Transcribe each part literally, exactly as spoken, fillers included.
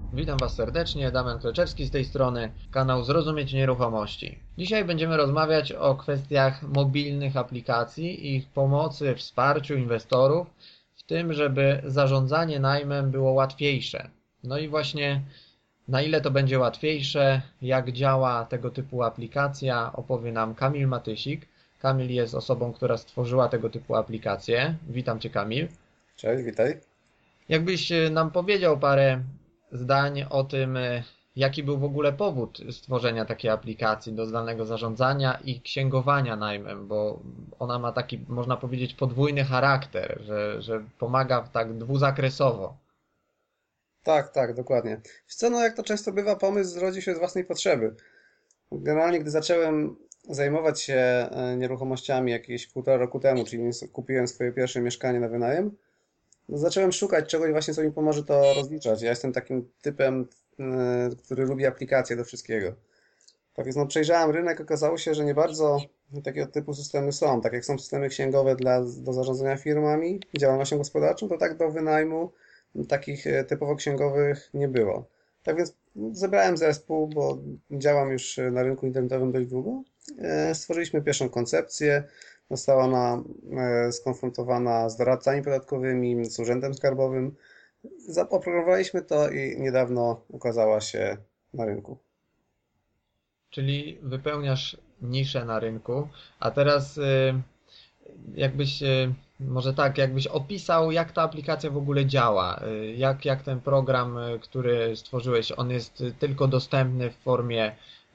Witam Was serdecznie, Damian Kleczewski z tej strony, kanał Zrozumieć Nieruchomości. Dzisiaj będziemy rozmawiać o kwestiach mobilnych aplikacji i ich pomocy, wsparciu inwestorów w tym, żeby zarządzanie najmem było łatwiejsze. No i właśnie na ile to będzie łatwiejsze, jak działa tego typu aplikacja, opowie nam Kamil Matysik. Kamil jest osobą, która stworzyła tego typu aplikację. Witam Cię, Kamil. Cześć, witaj. Jakbyś e, nam powiedział parę zdań o tym, e, jaki był w ogóle powód stworzenia takiej aplikacji do zdalnego zarządzania i księgowania najmem, bo ona ma taki, można powiedzieć, podwójny charakter, że, że pomaga tak dwuzakresowo. Tak, tak, dokładnie. Wiesz co, no jak to często bywa, pomysł zrodził się z własnej potrzeby. Generalnie, gdy zacząłem zajmować się e, nieruchomościami jakieś półtora roku temu, czyli kupiłem swoje pierwsze mieszkanie na wynajem, no zacząłem szukać czegoś właśnie, co mi pomoże to rozliczać. Ja jestem takim typem, e, który lubi aplikacje do wszystkiego. Tak więc no, przejrzałem rynek, okazało się, że nie bardzo takiego typu systemy są. Tak jak są systemy księgowe dla, do zarządzania firmami, działalnością gospodarczą, to tak do wynajmu takich e, typowo księgowych nie było. Tak więc zebrałem zespół, bo działam już na rynku internetowym dość długo. E, Stworzyliśmy pierwszą koncepcję, została ona e, skonfrontowana z doradcami podatkowymi, z urzędem skarbowym. Oprogramowaliśmy to i niedawno ukazała się na rynku. Czyli wypełniasz niszę na rynku, a teraz y, jakbyś, y, może tak, jakbyś opisał, jak ta aplikacja w ogóle działa, y, jak, jak ten program, y, który stworzyłeś, on jest y, tylko dostępny w formie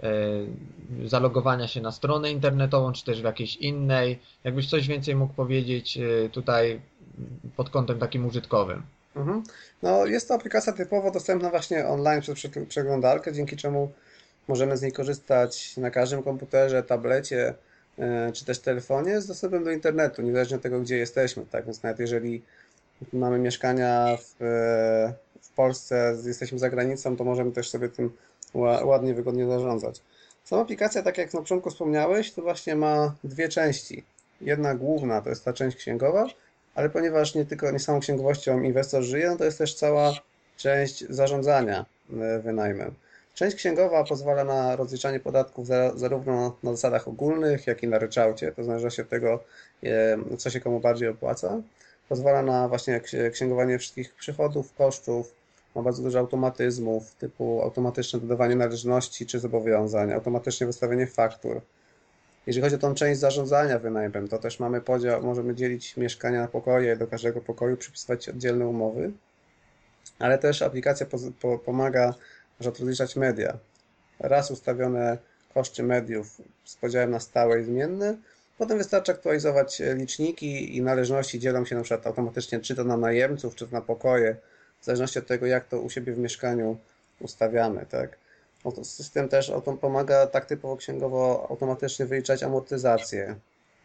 y, zalogowania się na stronę internetową, czy też w jakiejś innej, jakbyś coś więcej mógł powiedzieć y, tutaj pod kątem takim użytkowym. Mhm. No, jest to aplikacja typowo dostępna właśnie online przez prze- przeglądarkę, dzięki czemu możemy z niej korzystać na każdym komputerze, tablecie e, czy też telefonie z dostępem do internetu, niezależnie od tego, gdzie jesteśmy. Tak więc nawet jeżeli mamy mieszkania w, e, w Polsce, jesteśmy za granicą, to możemy też sobie tym ła- ładnie, wygodnie zarządzać. Sama aplikacja, tak jak na początku wspomniałeś, to właśnie ma dwie części. Jedna główna to jest ta część księgowa, ale ponieważ nie tylko nie samą księgowością inwestor żyje, no to jest też cała część zarządzania e, wynajmem. Część księgowa pozwala na rozliczanie podatków za- zarówno na zasadach ogólnych, jak i na ryczałcie, to w zależności od tego, e, co się komu bardziej opłaca. Pozwala na właśnie księgowanie wszystkich przychodów, kosztów, ma bardzo dużo automatyzmów, typu automatyczne dodawanie należności czy zobowiązań, automatyczne wystawienie faktur. Jeżeli chodzi o tą część zarządzania wynajmem, to też mamy podział, możemy dzielić mieszkania na pokoje, do każdego pokoju przypisywać oddzielne umowy, ale też aplikacja po, pomaga, że rozliczać media. Raz ustawione koszty mediów z podziałem na stałe i zmienne, potem wystarczy aktualizować liczniki i należności dzielą się na przykład automatycznie czy to na najemców, czy to na pokoje, w zależności od tego, jak to u siebie w mieszkaniu ustawiamy, tak. System też pomaga tak typowo księgowo automatycznie wyliczać amortyzację,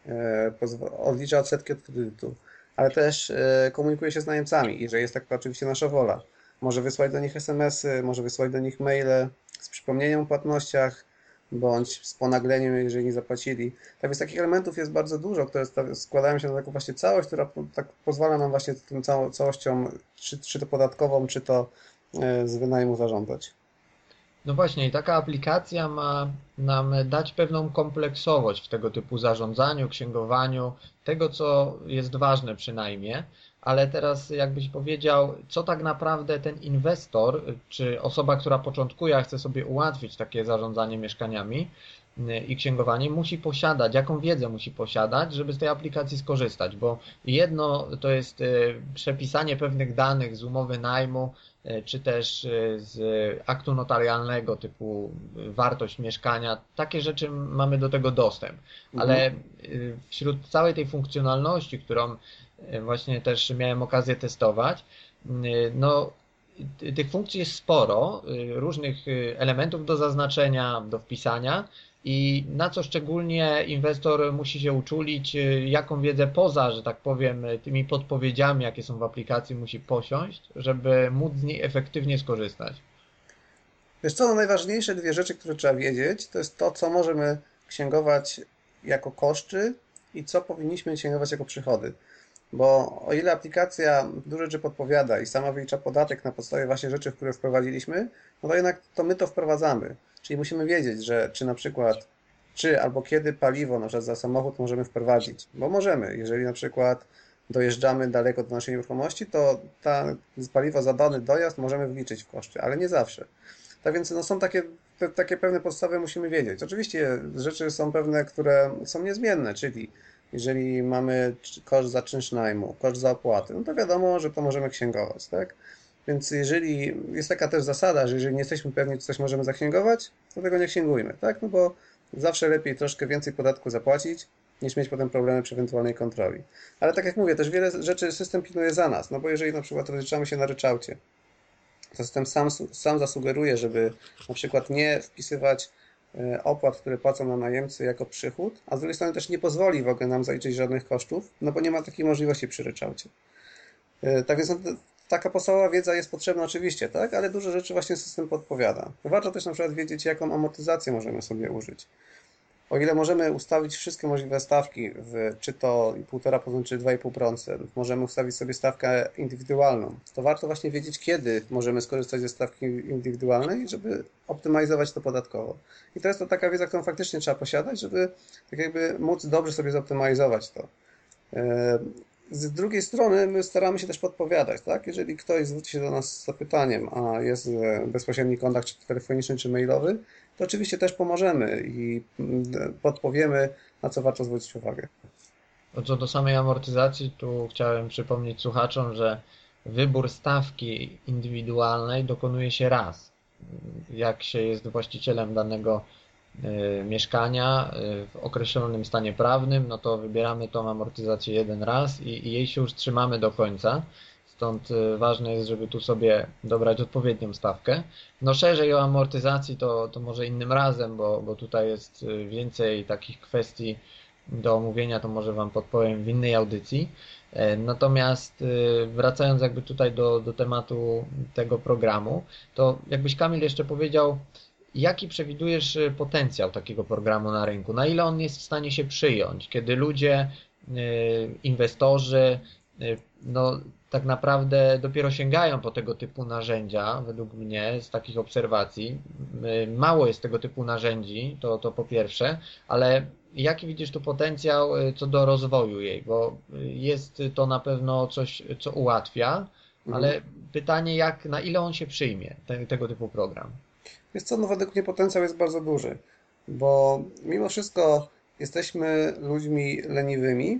e, odlicza odsetki od kredytu, ale też e, komunikuje się z najemcami, jeżeli jest taka oczywiście nasza wola. Może wysłać do nich es em esy, może wysłać do nich maile z przypomnieniem o płatnościach, bądź z ponagleniem, jeżeli nie zapłacili. Tak więc takich elementów jest bardzo dużo, które składają się na taką właśnie całość, która tak pozwala nam właśnie tą całą całością, czy, czy to podatkową, czy to e, z wynajmu zarządzać. No właśnie, i taka aplikacja ma nam dać pewną kompleksowość w tego typu zarządzaniu, księgowaniu, tego co jest ważne przynajmniej, ale teraz jakbyś powiedział, co tak naprawdę ten inwestor, czy osoba, która początkuje, a chce sobie ułatwić takie zarządzanie mieszkaniami y, i księgowanie, musi posiadać, jaką wiedzę musi posiadać, żeby z tej aplikacji skorzystać, bo jedno to jest y, przepisanie pewnych danych z umowy najmu, czy też z aktu notarialnego typu wartość mieszkania. Takie rzeczy mamy do tego dostęp. Mhm. Ale wśród całej tej funkcjonalności, którą właśnie też miałem okazję testować, no tych funkcji jest sporo, różnych elementów do zaznaczenia, do wpisania i na co szczególnie inwestor musi się uczulić, jaką wiedzę poza, że tak powiem, tymi podpowiedziami, jakie są w aplikacji, musi posiąść, żeby móc z niej efektywnie skorzystać. Wiesz co, no najważniejsze dwie rzeczy, które trzeba wiedzieć, to jest to, co możemy księgować jako koszty i co powinniśmy księgować jako przychody. Bo o ile aplikacja dużo rzeczy podpowiada i sama wylicza podatek na podstawie właśnie rzeczy, które wprowadziliśmy, no to jednak to my to wprowadzamy. Czyli musimy wiedzieć, że czy na przykład, czy albo kiedy paliwo na przykład za samochód możemy wprowadzić. Bo możemy, jeżeli na przykład dojeżdżamy daleko do naszej nieruchomości, to ta paliwo za dany dojazd możemy wliczyć w koszty, ale nie zawsze. Tak więc no, są takie, te, takie pewne podstawy, musimy wiedzieć. Oczywiście rzeczy są pewne, które są niezmienne, czyli jeżeli mamy koszt za czynsz najmu, koszt za opłaty, no to wiadomo, że to możemy księgować, tak? Więc jeżeli jest taka też zasada, że jeżeli nie jesteśmy pewni, czy coś możemy zaksięgować, to tego nie księgujmy, tak? No bo zawsze lepiej troszkę więcej podatku zapłacić, niż mieć potem problemy przy ewentualnej kontroli. Ale tak jak mówię, też wiele rzeczy system pilnuje za nas, no bo jeżeli na przykład rozliczamy się na ryczałcie, to system sam, sam zasugeruje, żeby na przykład nie wpisywać opłat, które płacą nam najemcy jako przychód, a z drugiej strony też nie pozwoli w ogóle nam zaliczyć żadnych kosztów, no bo nie ma takiej możliwości przy ryczałcie. Tak więc no, taka podstawowa wiedza jest potrzebna oczywiście, tak? Ale dużo rzeczy właśnie system podpowiada. Warto też na przykład wiedzieć, jaką amortyzację możemy sobie użyć. O ile możemy ustawić wszystkie możliwe stawki, w, czy to półtora procent, czy dwa i pół procent, możemy ustawić sobie stawkę indywidualną, to warto właśnie wiedzieć, kiedy możemy skorzystać ze stawki indywidualnej, żeby optymalizować to podatkowo. I to jest to taka wiedza, którą faktycznie trzeba posiadać, żeby tak jakby móc dobrze sobie zoptymalizować to. Z drugiej strony my staramy się też podpowiadać, tak? Jeżeli ktoś zwróci się do nas z zapytaniem, a jest bezpośredni kontakt, czy telefoniczny, czy mailowy, to oczywiście też pomożemy i podpowiemy, na co warto zwrócić uwagę. Co do samej amortyzacji, tu chciałem przypomnieć słuchaczom, że wybór stawki indywidualnej dokonuje się raz. Jak się jest właścicielem danego y, mieszkania y, w określonym stanie prawnym, no to wybieramy tą amortyzację jeden raz i, i jej się już trzymamy do końca. Stąd y, ważne jest, żeby tu sobie dobrać odpowiednią stawkę. No szerzej o amortyzacji to, to może innym razem, bo, bo tutaj jest więcej takich kwestii do omówienia, to może Wam podpowiem w innej audycji. Natomiast wracając jakby tutaj do, do tematu tego programu, to jakbyś Kamil jeszcze powiedział, jaki przewidujesz potencjał takiego programu na rynku? Na ile on jest w stanie się przyjąć, kiedy ludzie, inwestorzy, no tak naprawdę dopiero sięgają po tego typu narzędzia, według mnie, z takich obserwacji. Mało jest tego typu narzędzi, to, to po pierwsze, ale jaki widzisz tu potencjał co do rozwoju jej? Bo jest to na pewno coś, co ułatwia, ale mhm. pytanie, jak, na ile on się przyjmie, te, tego typu program? Wiesz co, no według mnie potencjał jest bardzo duży, bo mimo wszystko jesteśmy ludźmi leniwymi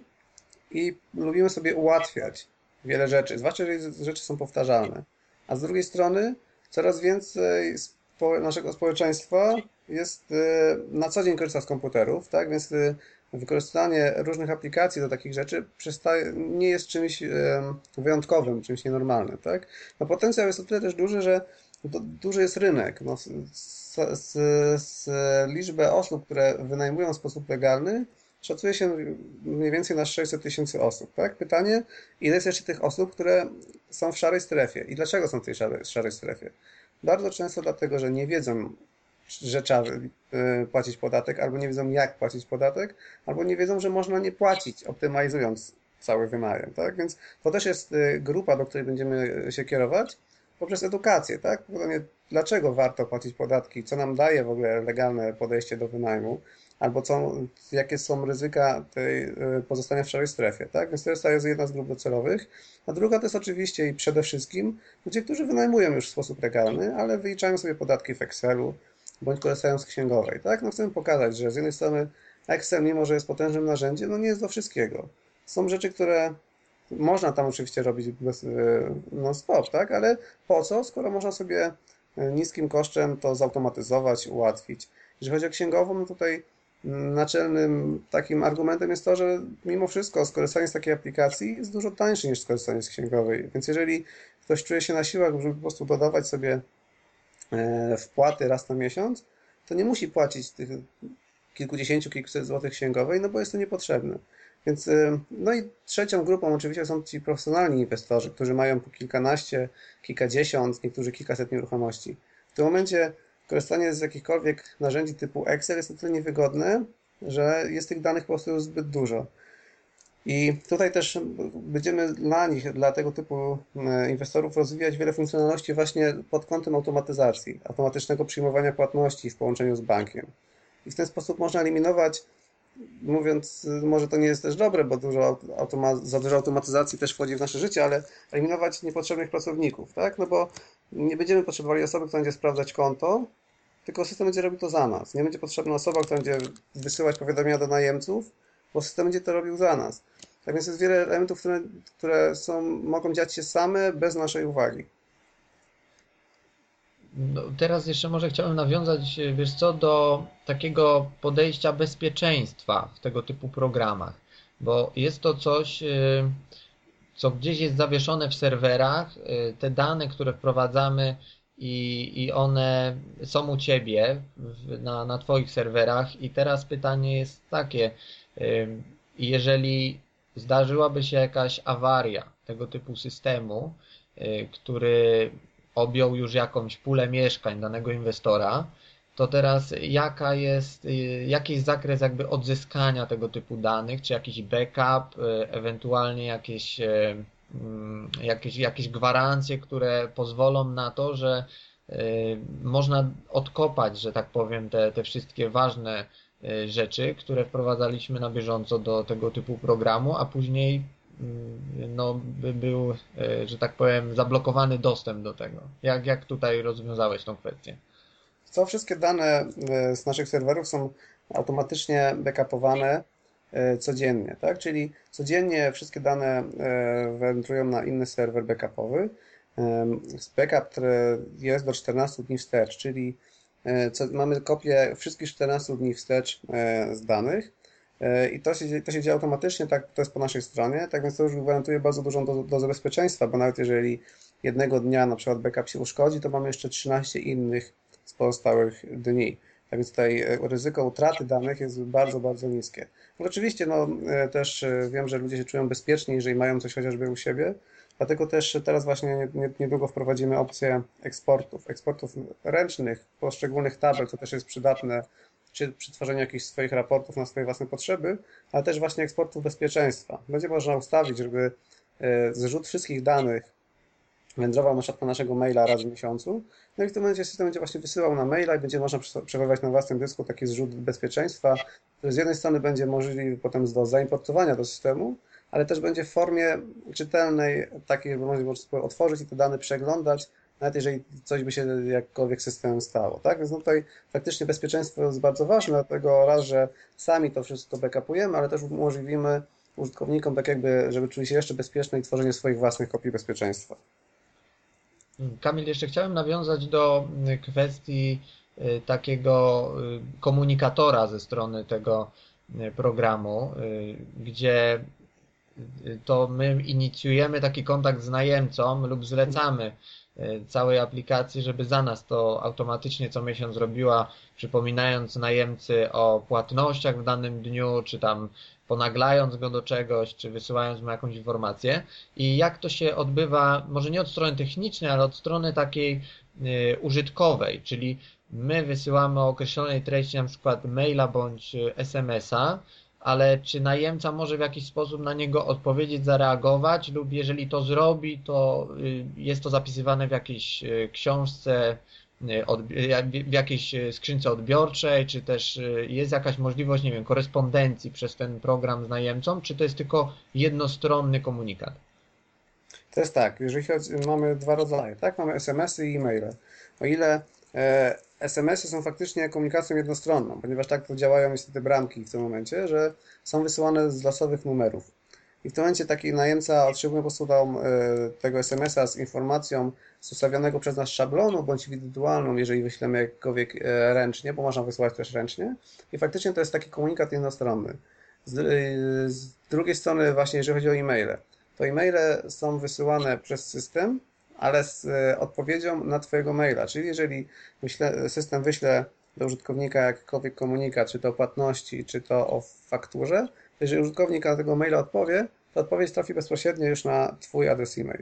i lubimy sobie ułatwiać wiele rzeczy, zwłaszcza jeżeli rzeczy są powtarzalne. A z drugiej strony coraz więcej naszego społeczeństwa jest na co dzień korzysta z komputerów, tak? Więc wykorzystanie różnych aplikacji do takich rzeczy przestaje, nie jest czymś wyjątkowym, czymś nienormalnym, tak? No potencjał jest o tyle też duży, że duży jest rynek. No, z, z, z liczbę osób, które wynajmują w sposób legalny, szacuje się mniej więcej na sześćset tysięcy osób, tak? Pytanie, ile jest jeszcze tych osób, które są w szarej strefie i dlaczego są w tej szarej, szarej strefie? Bardzo często dlatego, że nie wiedzą, że trzeba płacić podatek, albo nie wiedzą, jak płacić podatek, albo nie wiedzą, że można nie płacić, optymalizując cały wynajem, tak? Więc to też jest grupa, do której będziemy się kierować poprzez edukację, tak? Pytanie, dlaczego warto płacić podatki, co nam daje w ogóle legalne podejście do wynajmu, albo co, jakie są ryzyka tej pozostania w szarej strefie, tak? Więc to jest, to jest jedna z grup docelowych. A druga to jest oczywiście i przede wszystkim ludzie, którzy wynajmują już w sposób legalny, ale wyliczają sobie podatki w Excelu, bądź korzystają z księgowej, tak? No chcemy pokazać, że z jednej strony Excel, mimo że jest potężnym narzędziem, no nie jest do wszystkiego. Są rzeczy, które można tam oczywiście robić bez, non-stop, tak? Ale po co, skoro można sobie niskim kosztem to zautomatyzować, ułatwić. Jeżeli chodzi o księgową, no tutaj naczelnym takim argumentem jest to, że mimo wszystko skorzystanie z takiej aplikacji jest dużo tańsze niż skorzystanie z księgowej. Więc jeżeli ktoś czuje się na siłach, żeby po prostu dodawać sobie wpłaty raz na miesiąc, to nie musi płacić tych kilkudziesięciu, kilkuset złotych księgowej, no bo jest to niepotrzebne. Więc, no i trzecią grupą oczywiście są ci profesjonalni inwestorzy, którzy mają po kilkanaście, kilkadziesiąt, niektórzy kilkaset nieruchomości. W tym momencie korzystanie z jakichkolwiek narzędzi typu Excel jest o tyle niewygodne, że jest tych danych po prostu już zbyt dużo. I tutaj też będziemy dla nich, dla tego typu e, inwestorów rozwijać wiele funkcjonalności właśnie pod kątem automatyzacji, automatycznego przyjmowania płatności w połączeniu z bankiem. I w ten sposób można eliminować, mówiąc, może to nie jest też dobre, bo dużo automa- za dużo automatyzacji też wchodzi w nasze życie, ale eliminować niepotrzebnych pracowników, tak? No bo nie będziemy potrzebowali osoby, która będzie sprawdzać konto, tylko system będzie robił to za nas. Nie będzie potrzebna osoba, która będzie wysyłać powiadomienia do najemców, bo system będzie to robił za nas. Tak więc jest wiele elementów, które, które są, mogą dziać się same bez naszej uwagi. No, teraz jeszcze może chciałem nawiązać, wiesz co, do takiego podejścia bezpieczeństwa w tego typu programach, bo jest to coś, y, co gdzieś jest zawieszone w serwerach, y, te dane, które wprowadzamy i, i one są u Ciebie w, na, na Twoich serwerach i teraz pytanie jest takie, y, jeżeli zdarzyłaby się jakaś awaria tego typu systemu, y, który objął już jakąś pulę mieszkań danego inwestora, to teraz jaka jest, y, jaki jest zakres jakby odzyskania tego typu danych, czy jakiś backup, y, ewentualnie jakieś, y, mm, jakieś, jakieś gwarancje, które pozwolą na to, że y, można odkopać, że tak powiem, te, te wszystkie ważne y, rzeczy, które wprowadzaliśmy na bieżąco do tego typu programu, a później mm, no, by był, y, że tak powiem, zablokowany dostęp do tego. Jak, jak tutaj rozwiązałeś tą kwestię? Co wszystkie dane e, z naszych serwerów są automatycznie backupowane e, codziennie, tak? Czyli codziennie wszystkie dane e, wędrują na inny serwer backupowy. Em, Backup, który jest do czternastu dni wstecz, czyli e, co, mamy kopię wszystkich czternastu dni wstecz e, z danych. E, I to się, dzie- to się dzieje automatycznie, tak, to jest po naszej stronie, tak więc to już gwarantuje bardzo dużą do- dozę bezpieczeństwa, bo nawet jeżeli jednego dnia na przykład backup się uszkodzi, to mamy jeszcze trzynaście innych z pozostałych dni. Tak więc tutaj e, ryzyko utraty danych jest bardzo, bardzo niskie. No oczywiście, no, e, też e, wiem, że ludzie się czują bezpieczniej, jeżeli mają coś chociażby u siebie, dlatego też teraz właśnie nie- nie- niedługo wprowadzimy opcję eksportów, eksportów ręcznych, poszczególnych tabel, co też jest przydatne czy przy tworzeniu jakichś swoich raportów na swoje własne potrzeby, ale też właśnie eksportów bezpieczeństwa. Będzie można ustawić, żeby e, zrzut wszystkich danych wędrował na przykład na naszego maila raz w miesiącu. No i w tym momencie system będzie właśnie wysyłał na maila i będzie można przechowywać na własnym dysku taki zrzut bezpieczeństwa, który z jednej strony będzie możliwy potem do zaimportowania do systemu, ale też będzie w formie czytelnej, takiej, żeby można było otworzyć i te dane przeglądać, nawet jeżeli coś by się jakkolwiek z systemem stało, tak? Więc no tutaj faktycznie bezpieczeństwo jest bardzo ważne, dlatego raz, że sami to wszystko backupujemy, ale też umożliwimy użytkownikom tak jakby, żeby czuli się jeszcze bezpieczniej i tworzenie swoich własnych kopii bezpieczeństwa. Kamil, jeszcze chciałem nawiązać do y, kwestii y, takiego y, komunikatora ze strony tego y, programu, y, gdzie y, to my inicjujemy taki kontakt z najemcą lub zlecamy y, całej aplikacji, żeby za nas to automatycznie co miesiąc robiła, przypominając najemcy o płatnościach w danym dniu, czy tam ponaglając go do czegoś, czy wysyłając mu jakąś informację. I jak to się odbywa, może nie od strony technicznej, ale od strony takiej y, użytkowej, czyli my wysyłamy o określonej treści, na przykład maila bądź es em es a, ale czy najemca może w jakiś sposób na niego odpowiedzieć, zareagować, lub jeżeli to zrobi, to y, jest to zapisywane w jakiejś y, książce, y, odbi- w jakiejś y, skrzynce odbiorczej, czy też y, jest jakaś możliwość, nie wiem, korespondencji przez ten program z najemcą, czy to jest tylko jednostronny komunikat? To jest tak, jeżeli chodzi, mamy dwa rodzaje, tak? Mamy es em esy i e-maile. O ile e, es em esy są faktycznie komunikacją jednostronną, ponieważ tak to działają niestety bramki w tym momencie, że są wysyłane z losowych numerów. I w tym momencie taki najemca otrzymuje po prostu tam, e, tego es em esa z informacją z ustawionego przez nas szablonu, bądź indywidualną, jeżeli wyślemy jakkolwiek e, ręcznie, bo można wysyłać też ręcznie. I faktycznie to jest taki komunikat jednostronny. Z, e, z drugiej strony właśnie, jeżeli chodzi o e-maile, to e-maile są wysyłane przez system, ale z e, odpowiedzią na Twojego maila. Czyli jeżeli wyśle, system wyśle do użytkownika jakikolwiek komunikat, czy to o płatności, czy to o fakturze, to jeżeli użytkownik na tego maila odpowie, to odpowiedź trafi bezpośrednio już na Twój adres e-mail.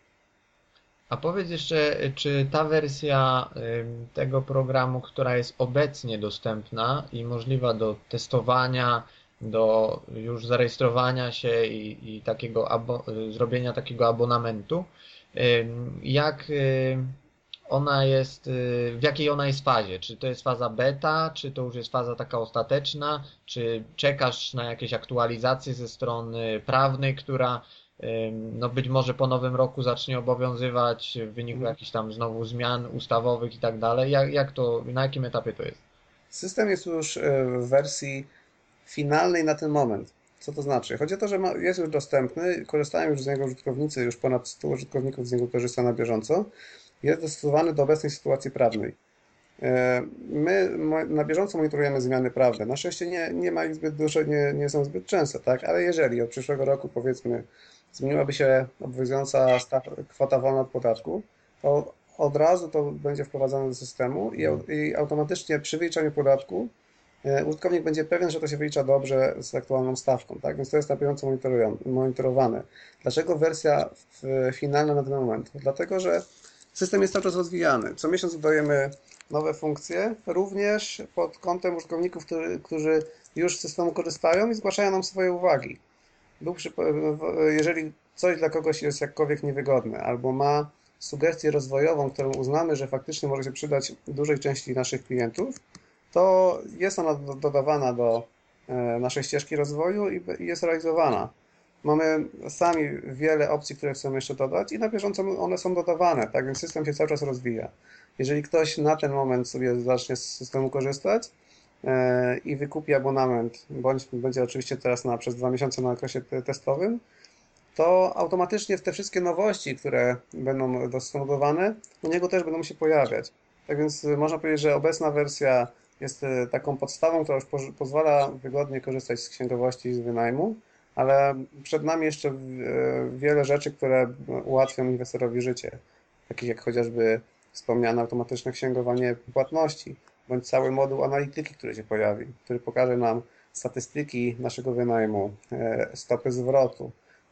A powiedz jeszcze, czy ta wersja ym, tego programu, która jest obecnie dostępna i możliwa do testowania, do już zarejestrowania się i, i takiego abo, zrobienia takiego abonamentu. Jak ona jest, w jakiej ona jest fazie? Czy to jest faza beta, czy to już jest faza taka ostateczna, czy czekasz na jakieś aktualizacje ze strony prawnej, która no być może po nowym roku zacznie obowiązywać w wyniku Mhm. jakichś tam znowu zmian ustawowych i tak dalej? Jak, jak to, na jakim etapie to jest? System jest już e, w wersji finalnej na ten moment. Co to znaczy? Chodzi o to, że ma, jest już dostępny, korzystają już z niego użytkownicy, już ponad stu użytkowników z niego korzysta na bieżąco. Jest dostosowany do obecnej sytuacji prawnej. E, My mo- na bieżąco monitorujemy zmiany prawne. Na szczęście nie, nie ma ich zbyt dużo, nie, nie są zbyt częste, tak? Ale jeżeli od przyszłego roku, powiedzmy, zmieniłaby się obowiązująca sta- kwota wolna od podatku, to od razu to będzie wprowadzane do systemu i, au- i automatycznie przy wyliczaniu podatku e, użytkownik będzie pewien, że to się wylicza dobrze z aktualną stawką, tak? Więc to jest na bieżąco monitorują- monitorowane. Dlaczego wersja w- finalna na ten moment? Dlatego, że system jest cały czas rozwijany. Co miesiąc dodajemy nowe funkcje, również pod kątem użytkowników, którzy, którzy już z systemu korzystają i zgłaszają nam swoje uwagi. Był jeżeli coś dla kogoś jest jakkolwiek niewygodne, albo ma sugestię rozwojową, którą uznamy, że faktycznie może się przydać dużej części naszych klientów, to jest ona dodawana do e, naszej ścieżki rozwoju i jest realizowana. Mamy sami wiele opcji, które chcemy jeszcze dodać i na bieżąco one są dodawane, tak więc system się cały czas rozwija. Jeżeli ktoś na ten moment sobie zacznie z systemu korzystać e, i wykupi abonament, bądź będzie oczywiście teraz na, przez dwa miesiące na okresie testowym, to automatycznie te wszystkie nowości, które będą dostosowane, do niego też będą się pojawiać. Tak więc można powiedzieć, że obecna wersja jest taką podstawą, która już pozwala wygodnie korzystać z księgowości i z wynajmu, ale przed nami jeszcze wiele rzeczy, które ułatwią inwestorowi życie, takich jak chociażby wspomniane automatyczne księgowanie płatności, bądź cały moduł analityki, który się pojawi, który pokaże nam statystyki naszego wynajmu, stopy zwrotu.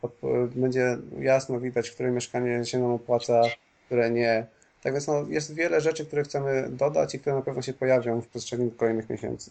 Będzie jasno widać, które mieszkanie się nam opłaca, które nie. Tak więc no, jest wiele rzeczy, które chcemy dodać i które na pewno się pojawią w przestrzeni kolejnych miesięcy.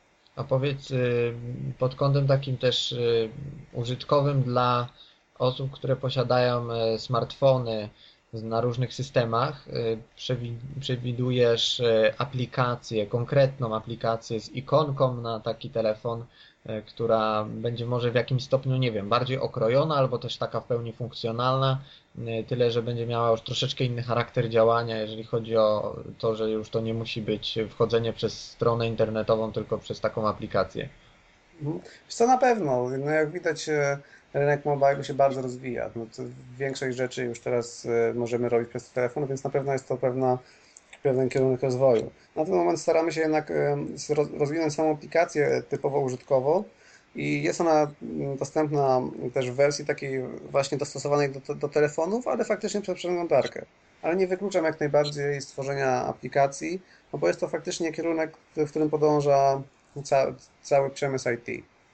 A powiedz y, pod kątem takim też y, użytkowym dla osób, które posiadają e, smartfony z- na różnych systemach, y, przewi- przewidujesz e, aplikację, konkretną aplikację z ikonką na taki telefon, e, która będzie może w jakimś stopniu, nie wiem, bardziej okrojona albo też taka w pełni funkcjonalna, y, tyle że będzie miała już troszeczkę inny charakter działania, jeżeli chodzi o to, że już to nie musi być wchodzenie przez stronę internetową, tylko przez taką aplikację. Mhm. Wiesz co, na pewno, no jak widać, e, rynek mobile się bardzo rozwija. No to większość rzeczy już teraz e, możemy robić przez telefon, więc na pewno jest to pewna, pewien kierunek rozwoju. Na ten moment staramy się jednak e, roz- rozwinąć samą aplikację typowo użytkowo i jest ona mm, dostępna też w wersji takiej właśnie dostosowanej do, do telefonów, ale faktycznie przez przeglądarkę. Ale nie wykluczam jak najbardziej stworzenia aplikacji, no bo jest to faktycznie kierunek, w którym podąża ca cały przemysł I T.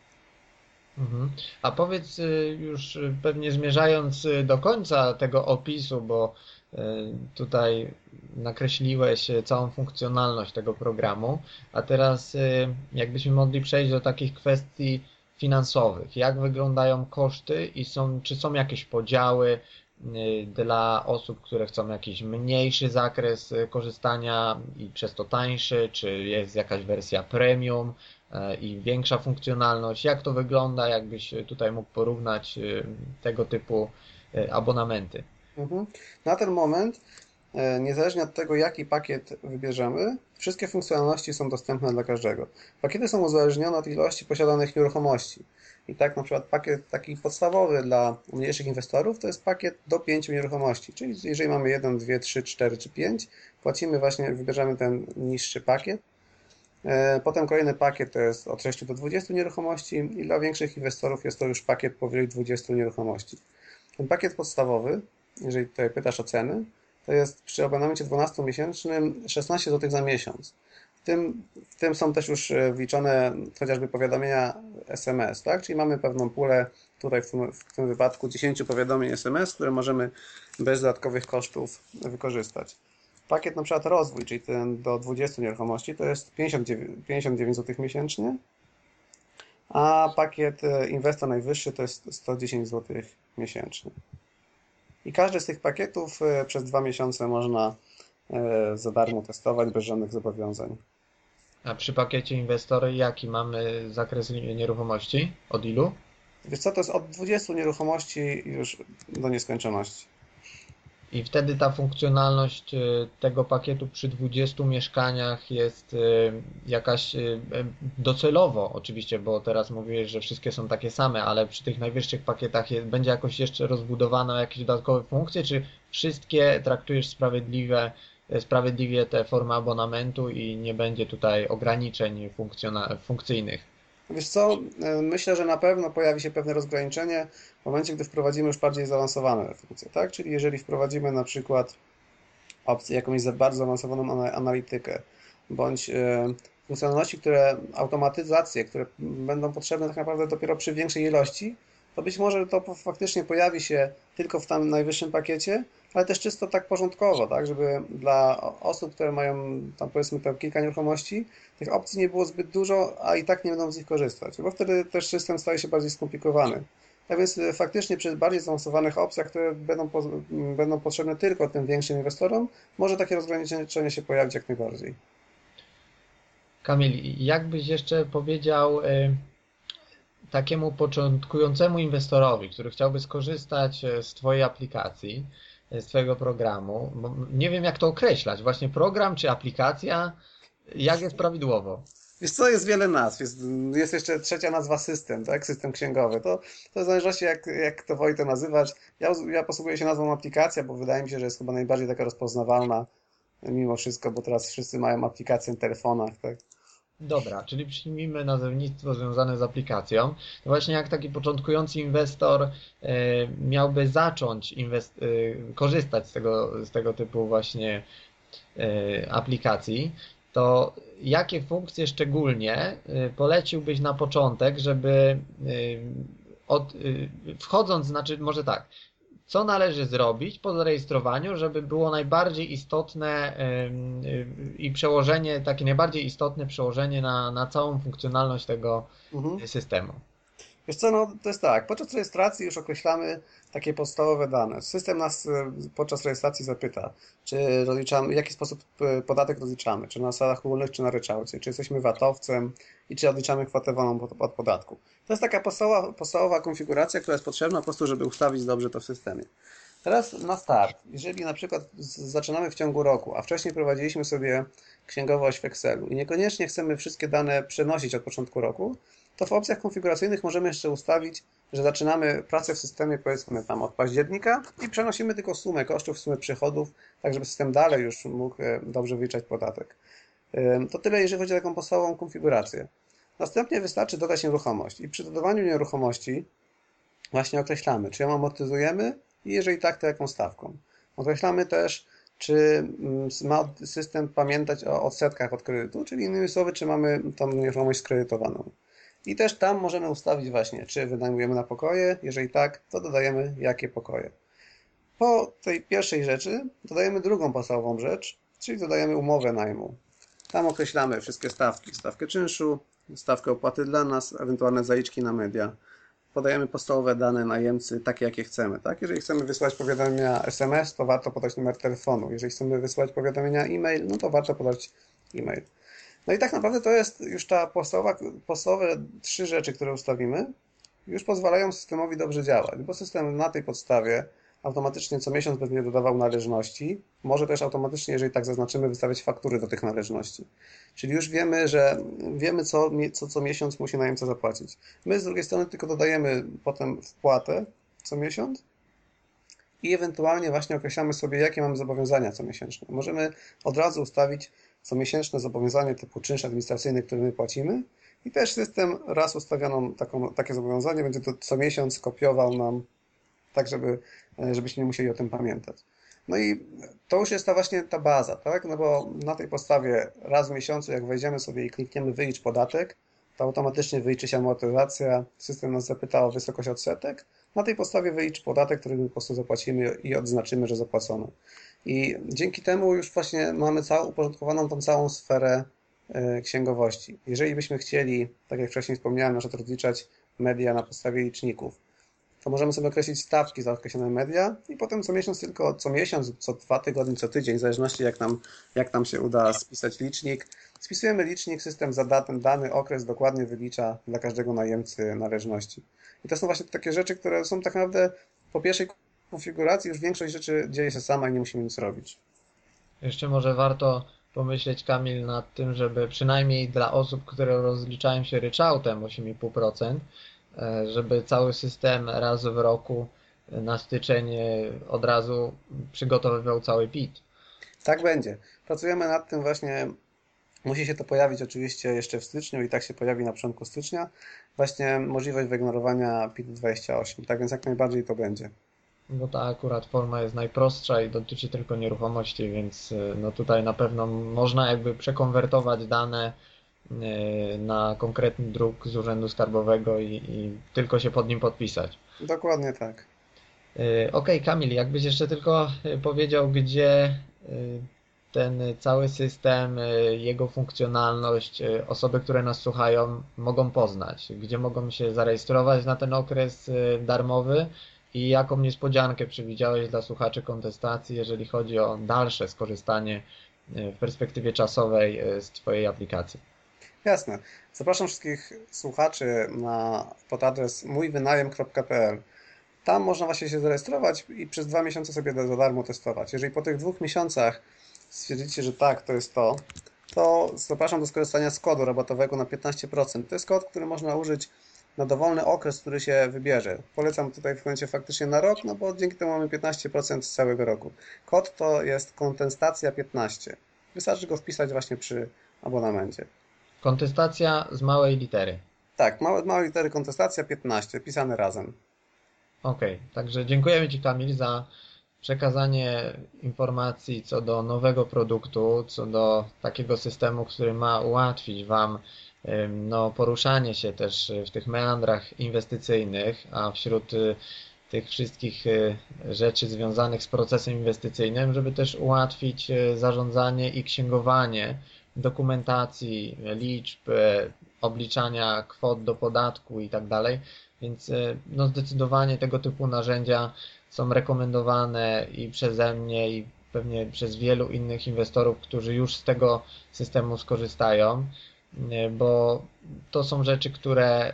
Mhm. A powiedz y, już y, pewnie zmierzając y, do końca tego opisu, bo y, tutaj nakreśliłeś y, całą funkcjonalność tego programu, a teraz y, jakbyśmy mogli przejść do takich kwestii finansowych. Jak wyglądają koszty i są, czy są jakieś podziały y, dla osób, które chcą jakiś mniejszy zakres y, korzystania i przez to tańszy, czy jest jakaś wersja premium? e, i większa funkcjonalność. Jak to wygląda, jakbyś tutaj mógł porównać e, tego typu e, abonamenty? Mhm. Na ten moment, e, niezależnie od tego, jaki pakiet wybierzemy, wszystkie funkcjonalności są dostępne dla każdego. Pakiety są uzależnione od ilości posiadanych nieruchomości. I tak na przykład pakiet taki podstawowy dla mniejszych inwestorów to jest pakiet do pięciu nieruchomości. Czyli jeżeli mamy jeden, dwie, trzy, cztery czy pięć, płacimy właśnie, wybierzemy ten niższy pakiet. E, Potem kolejny pakiet to jest od sześciu do dwudziestu nieruchomości i dla większych inwestorów jest to już pakiet powyżej dwudziestu nieruchomości. Ten pakiet podstawowy, jeżeli tutaj pytasz o ceny, to jest przy abonamencie dwunastomiesięcznym szesnaście złotych za miesiąc. W tym, w tym są też już e, wliczone chociażby powiadomienia S M S, tak? Czyli mamy pewną pulę, tutaj w tym, w tym wypadku dziesięć powiadomień S M S, które możemy bez dodatkowych kosztów wykorzystać. Pakiet na przykład rozwój, czyli ten do dwudziestu nieruchomości, to jest pięćdziesiąt dziewięć złotych miesięcznie, a pakiet e, Inwestor najwyższy to jest sto dziesięć złotych miesięcznie. I każdy z tych pakietów e, przez dwa miesiące można e, za darmo testować bez żadnych zobowiązań. A przy pakiecie inwestory jaki mamy zakres nieruchomości? Od ilu? Wiesz co, to jest od dwudziestu nieruchomości już do nieskończoności. I wtedy ta funkcjonalność y, tego pakietu przy dwudziestu mieszkaniach jest y, jakaś y, y, docelowo, oczywiście, bo teraz mówiłeś, że wszystkie są takie same, ale przy tych najwyższych pakietach jest, będzie jakoś jeszcze rozbudowane o jakieś dodatkowe funkcje, czy wszystkie traktujesz sprawiedliwe, sprawiedliwie te formy abonamentu i nie będzie tutaj ograniczeń funkcjona- funkcyjnych? Wiesz co, e, myślę, że na pewno pojawi się pewne rozgraniczenie w momencie, gdy wprowadzimy już bardziej zaawansowane funkcje, tak? Czyli jeżeli wprowadzimy na przykład opcję jakąś za bardzo zaawansowaną ana- analitykę, bądź e, funkcjonalności, które, automatyzacje, które będą potrzebne tak naprawdę dopiero przy większej ilości, to być może to po- faktycznie pojawi się tylko w tam najwyższym pakiecie, ale też czysto tak porządkowo, tak, żeby dla o- osób, które mają tam powiedzmy tam kilka nieruchomości, tych opcji nie było zbyt dużo, a i tak nie będą z nich korzystać, bo wtedy też system staje się bardziej skomplikowany. Tak więc e, faktycznie przy bardziej zaawansowanych opcjach, które będą, po, m, będą potrzebne tylko tym większym inwestorom, może takie rozgraniczenie się pojawić jak najbardziej. Kamil, jak byś jeszcze powiedział y, takiemu początkującemu inwestorowi, który chciałby skorzystać e, z Twojej aplikacji, e, z Twojego programu, bo nie wiem jak to określać, właśnie program czy aplikacja, jak jest prawidłowo? Wiesz co, jest wiele nazw. Jest, jest jeszcze trzecia nazwa system, tak? System księgowy. To, to w zależności jak, jak to woli to nazywać. Ja, ja posługuję się nazwą aplikacja, bo wydaje mi się, że jest chyba najbardziej taka rozpoznawalna mimo wszystko, bo teraz wszyscy mają aplikacje na telefonach, tak? Dobra, czyli przyjmijmy nazewnictwo związane z aplikacją. To właśnie jak taki początkujący inwestor e, miałby zacząć inwest- e, korzystać z tego, z tego typu właśnie e, aplikacji, to jakie funkcje szczególnie e, poleciłbyś na początek, żeby e, od, e, wchodząc, znaczy może tak, co należy zrobić po zarejestrowaniu, żeby było najbardziej istotne ym, y, i przełożenie, takie najbardziej istotne przełożenie na, na całą funkcjonalność tego Mhm. systemu? Wiesz co, no to jest tak, podczas rejestracji już określamy takie podstawowe dane. System nas e, podczas rejestracji zapyta, czy rozliczamy, w jaki sposób e, podatek rozliczamy, czy na zasadach ogólnych, czy na ryczałcie, czy jesteśmy vatowcem i czy odliczamy kwotę wolną od, od podatku. To jest taka podstawowa, podstawowa konfiguracja, która jest potrzebna po prostu, żeby ustawić dobrze to w systemie. Teraz na start, jeżeli na przykład z- zaczynamy w ciągu roku, a wcześniej prowadziliśmy sobie księgowość w Excelu i niekoniecznie chcemy wszystkie dane przenosić od początku roku, to w opcjach konfiguracyjnych możemy jeszcze ustawić, że zaczynamy pracę w systemie powiedzmy tam od października i przenosimy tylko sumę kosztów, sumę przychodów, tak żeby system dalej już mógł e, dobrze wyliczać podatek. E, To tyle, jeżeli chodzi o taką podstawową konfigurację. Następnie wystarczy dodać nieruchomość i przy dodawaniu nieruchomości właśnie określamy, czy ją amortyzujemy i jeżeli tak, to jaką stawką. Określamy też, czy mm, ma system pamiętać o odsetkach od kredytu, czyli innymi słowy, czy mamy tą nieruchomość skredytowaną. I też tam możemy ustawić właśnie, czy wynajmujemy na pokoje, jeżeli tak, to dodajemy jakie pokoje. Po tej pierwszej rzeczy dodajemy drugą podstawową rzecz, czyli dodajemy umowę najmu. Tam określamy wszystkie stawki, stawkę czynszu, stawkę opłaty dla nas, ewentualne zaliczki na media. Podajemy podstawowe dane najemcy, takie jakie chcemy. Tak? Jeżeli chcemy wysłać powiadomienia S M S, to warto podać numer telefonu. Jeżeli chcemy wysłać powiadomienia e-mail, no to warto podać e-mail. No i tak naprawdę to jest już ta podstawowa, podstawowe trzy rzeczy, które ustawimy, już pozwalają systemowi dobrze działać, bo system na tej podstawie automatycznie co miesiąc będzie dodawał należności. Może też automatycznie, jeżeli tak zaznaczymy, wystawiać faktury do tych należności. Czyli już wiemy, że wiemy, co co, co miesiąc musi najemca zapłacić. My z drugiej strony tylko dodajemy potem wpłatę co miesiąc i ewentualnie właśnie określamy sobie, jakie mamy zobowiązania comiesięczne. Możemy od razu ustawić comiesięczne zobowiązanie typu czynsz administracyjny, który my płacimy i też system raz ustawioną taką, takie zobowiązanie będzie to co miesiąc kopiował nam, tak żeby, żebyśmy nie musieli o tym pamiętać. No i to już jest ta właśnie ta baza, tak? No bo na tej podstawie raz w miesiącu, jak wejdziemy sobie i klikniemy wylicz podatek, to automatycznie wyliczy się amortyzacja, system nas zapyta o wysokość odsetek, na tej podstawie wyliczy podatek, który my po prostu zapłacimy i odznaczymy, że zapłacono. I dzięki temu już właśnie mamy całą uporządkowaną tą całą sferę księgowości. Jeżeli byśmy chcieli, tak jak wcześniej wspomniałem, na przykład rozliczać media na podstawie liczników, to możemy sobie określić stawki za określone media i potem co miesiąc, tylko co miesiąc, co dwa tygodnie, co tydzień, w zależności jak nam, jak nam się uda spisać licznik. Spisujemy licznik, system za daten, dany okres dokładnie wylicza dla każdego najemcy należności. I to są właśnie takie rzeczy, które są tak naprawdę po pierwszej konfiguracji już większość rzeczy dzieje się sama i nie musimy nic robić. Jeszcze może warto pomyśleć, Kamil, nad tym, żeby przynajmniej dla osób, które rozliczają się ryczałtem osiem i pół procent, e, żeby cały system raz w roku na styczeń e, od razu przygotowywał cały P I T. Tak będzie. Pracujemy nad tym właśnie. Musi się to pojawić oczywiście jeszcze w styczniu i tak się pojawi na początku stycznia. Właśnie możliwość wyignorowania P I T dwadzieścia osiem. Tak więc jak najbardziej to będzie. Bo ta akurat forma jest najprostsza i dotyczy tylko nieruchomości, więc e, no tutaj na pewno można jakby przekonwertować dane e, na konkretny druk z Urzędu Skarbowego i, i tylko się pod nim podpisać. Dokładnie tak. E, Okej, Kamil, jakbyś jeszcze tylko e, powiedział, gdzie e, ten cały system, e, jego funkcjonalność, e, osoby, które nas słuchają, mogą poznać, gdzie mogą się zarejestrować na ten okres e, darmowy i jaką niespodziankę przewidziałeś dla słuchaczy kontestacji, jeżeli chodzi o dalsze skorzystanie e, w perspektywie czasowej e, z Twojej aplikacji. Jasne. Zapraszam wszystkich słuchaczy na, pod adres mój wynajem kropka p l. Tam można właśnie się zarejestrować i przez dwa miesiące sobie za darmo testować. Jeżeli po tych dwóch miesiącach stwierdzicie, że tak, to jest to, to zapraszam do skorzystania z kodu rabatowego na piętnaście procent. To jest kod, który można użyć na dowolny okres, który się wybierze. Polecam tutaj w momencie faktycznie na rok, no bo dzięki temu mamy piętnaście procent z całego roku. Kod to jest kontestacja piętnaście. Wystarczy go wpisać właśnie przy abonamencie. Kontestacja z małej litery. Tak, małe, małe litery kontestacja piętnaście, pisane razem. Okej, także dziękujemy Ci, Kamil, za przekazanie informacji co do nowego produktu, co do takiego systemu, który ma ułatwić Wam ym, no, poruszanie się też w tych meandrach inwestycyjnych, a wśród y, tych wszystkich y, rzeczy związanych z procesem inwestycyjnym, żeby też ułatwić y, zarządzanie i księgowanie dokumentacji, liczb, y, obliczania kwot do podatku i tak dalej. Więc y, no zdecydowanie tego typu narzędzia są rekomendowane i przeze mnie, i pewnie przez wielu innych inwestorów, którzy już z tego systemu skorzystają, y, bo to są rzeczy, które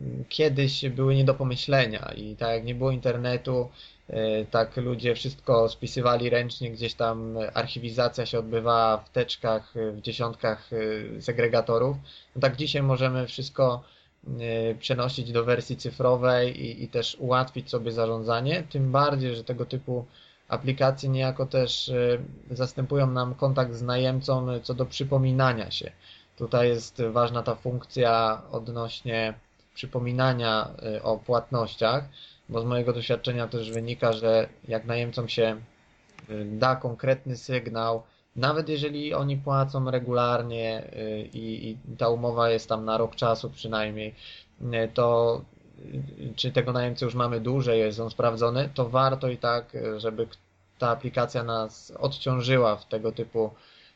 kiedyś były nie do pomyślenia i tak jak nie było internetu, y, tak ludzie wszystko spisywali ręcznie, gdzieś tam archiwizacja się odbywała w teczkach, w dziesiątkach y, segregatorów. No tak dzisiaj możemy wszystko y, przenosić do wersji cyfrowej i, i też ułatwić sobie zarządzanie, tym bardziej, że tego typu aplikacje niejako też y, zastępują nam kontakt z najemcą y, co do przypominania się. Tutaj jest ważna ta funkcja odnośnie przypominania y, o płatnościach, bo z mojego doświadczenia też wynika, że jak najemcom się y, da konkretny sygnał, nawet jeżeli oni płacą regularnie y, i, i ta umowa jest tam na rok czasu przynajmniej, y, to y, czy tego najemcy już mamy dłużej, jest on sprawdzony, to warto i tak, y, żeby ta aplikacja nas odciążyła w tego typu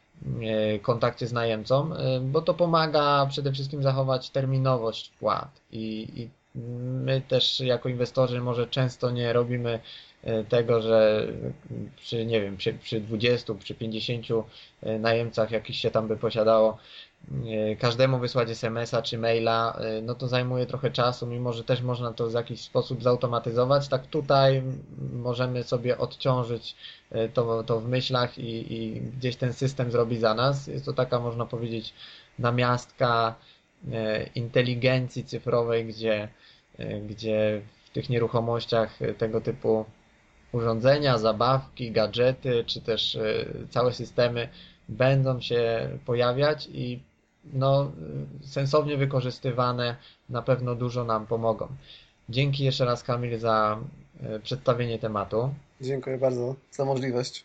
y, kontakcie z najemcą, y, bo to pomaga przede wszystkim zachować terminowość wpłat i, i my też jako inwestorzy może często nie robimy y, tego, że przy, nie wiem, przy, przy dwudziestu, przy pięćdziesięciu y, najemcach jakiś się tam by posiadało, y, każdemu wysłać es em es a czy maila, y, no to zajmuje trochę czasu, mimo że też można to w jakiś sposób zautomatyzować, tak tutaj możemy sobie odciążyć y, to, to w myślach i, i gdzieś ten system zrobi za nas. Jest to taka, można powiedzieć, namiastka y, inteligencji cyfrowej, gdzie, y, gdzie w tych nieruchomościach y, tego typu urządzenia, zabawki, gadżety, czy też y, całe systemy będą się pojawiać i no, y, sensownie wykorzystywane na pewno dużo nam pomogą. Dzięki jeszcze raz, Kamil, za y, przedstawienie tematu. Dziękuję bardzo za możliwość.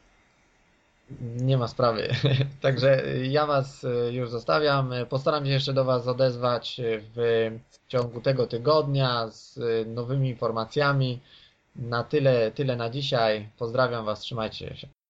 Nie ma sprawy. Także ja Was y, już zostawiam. Postaram się jeszcze do Was odezwać w ciągu tego tygodnia z y, nowymi informacjami. Na tyle, tyle na dzisiaj. Pozdrawiam Was, trzymajcie się.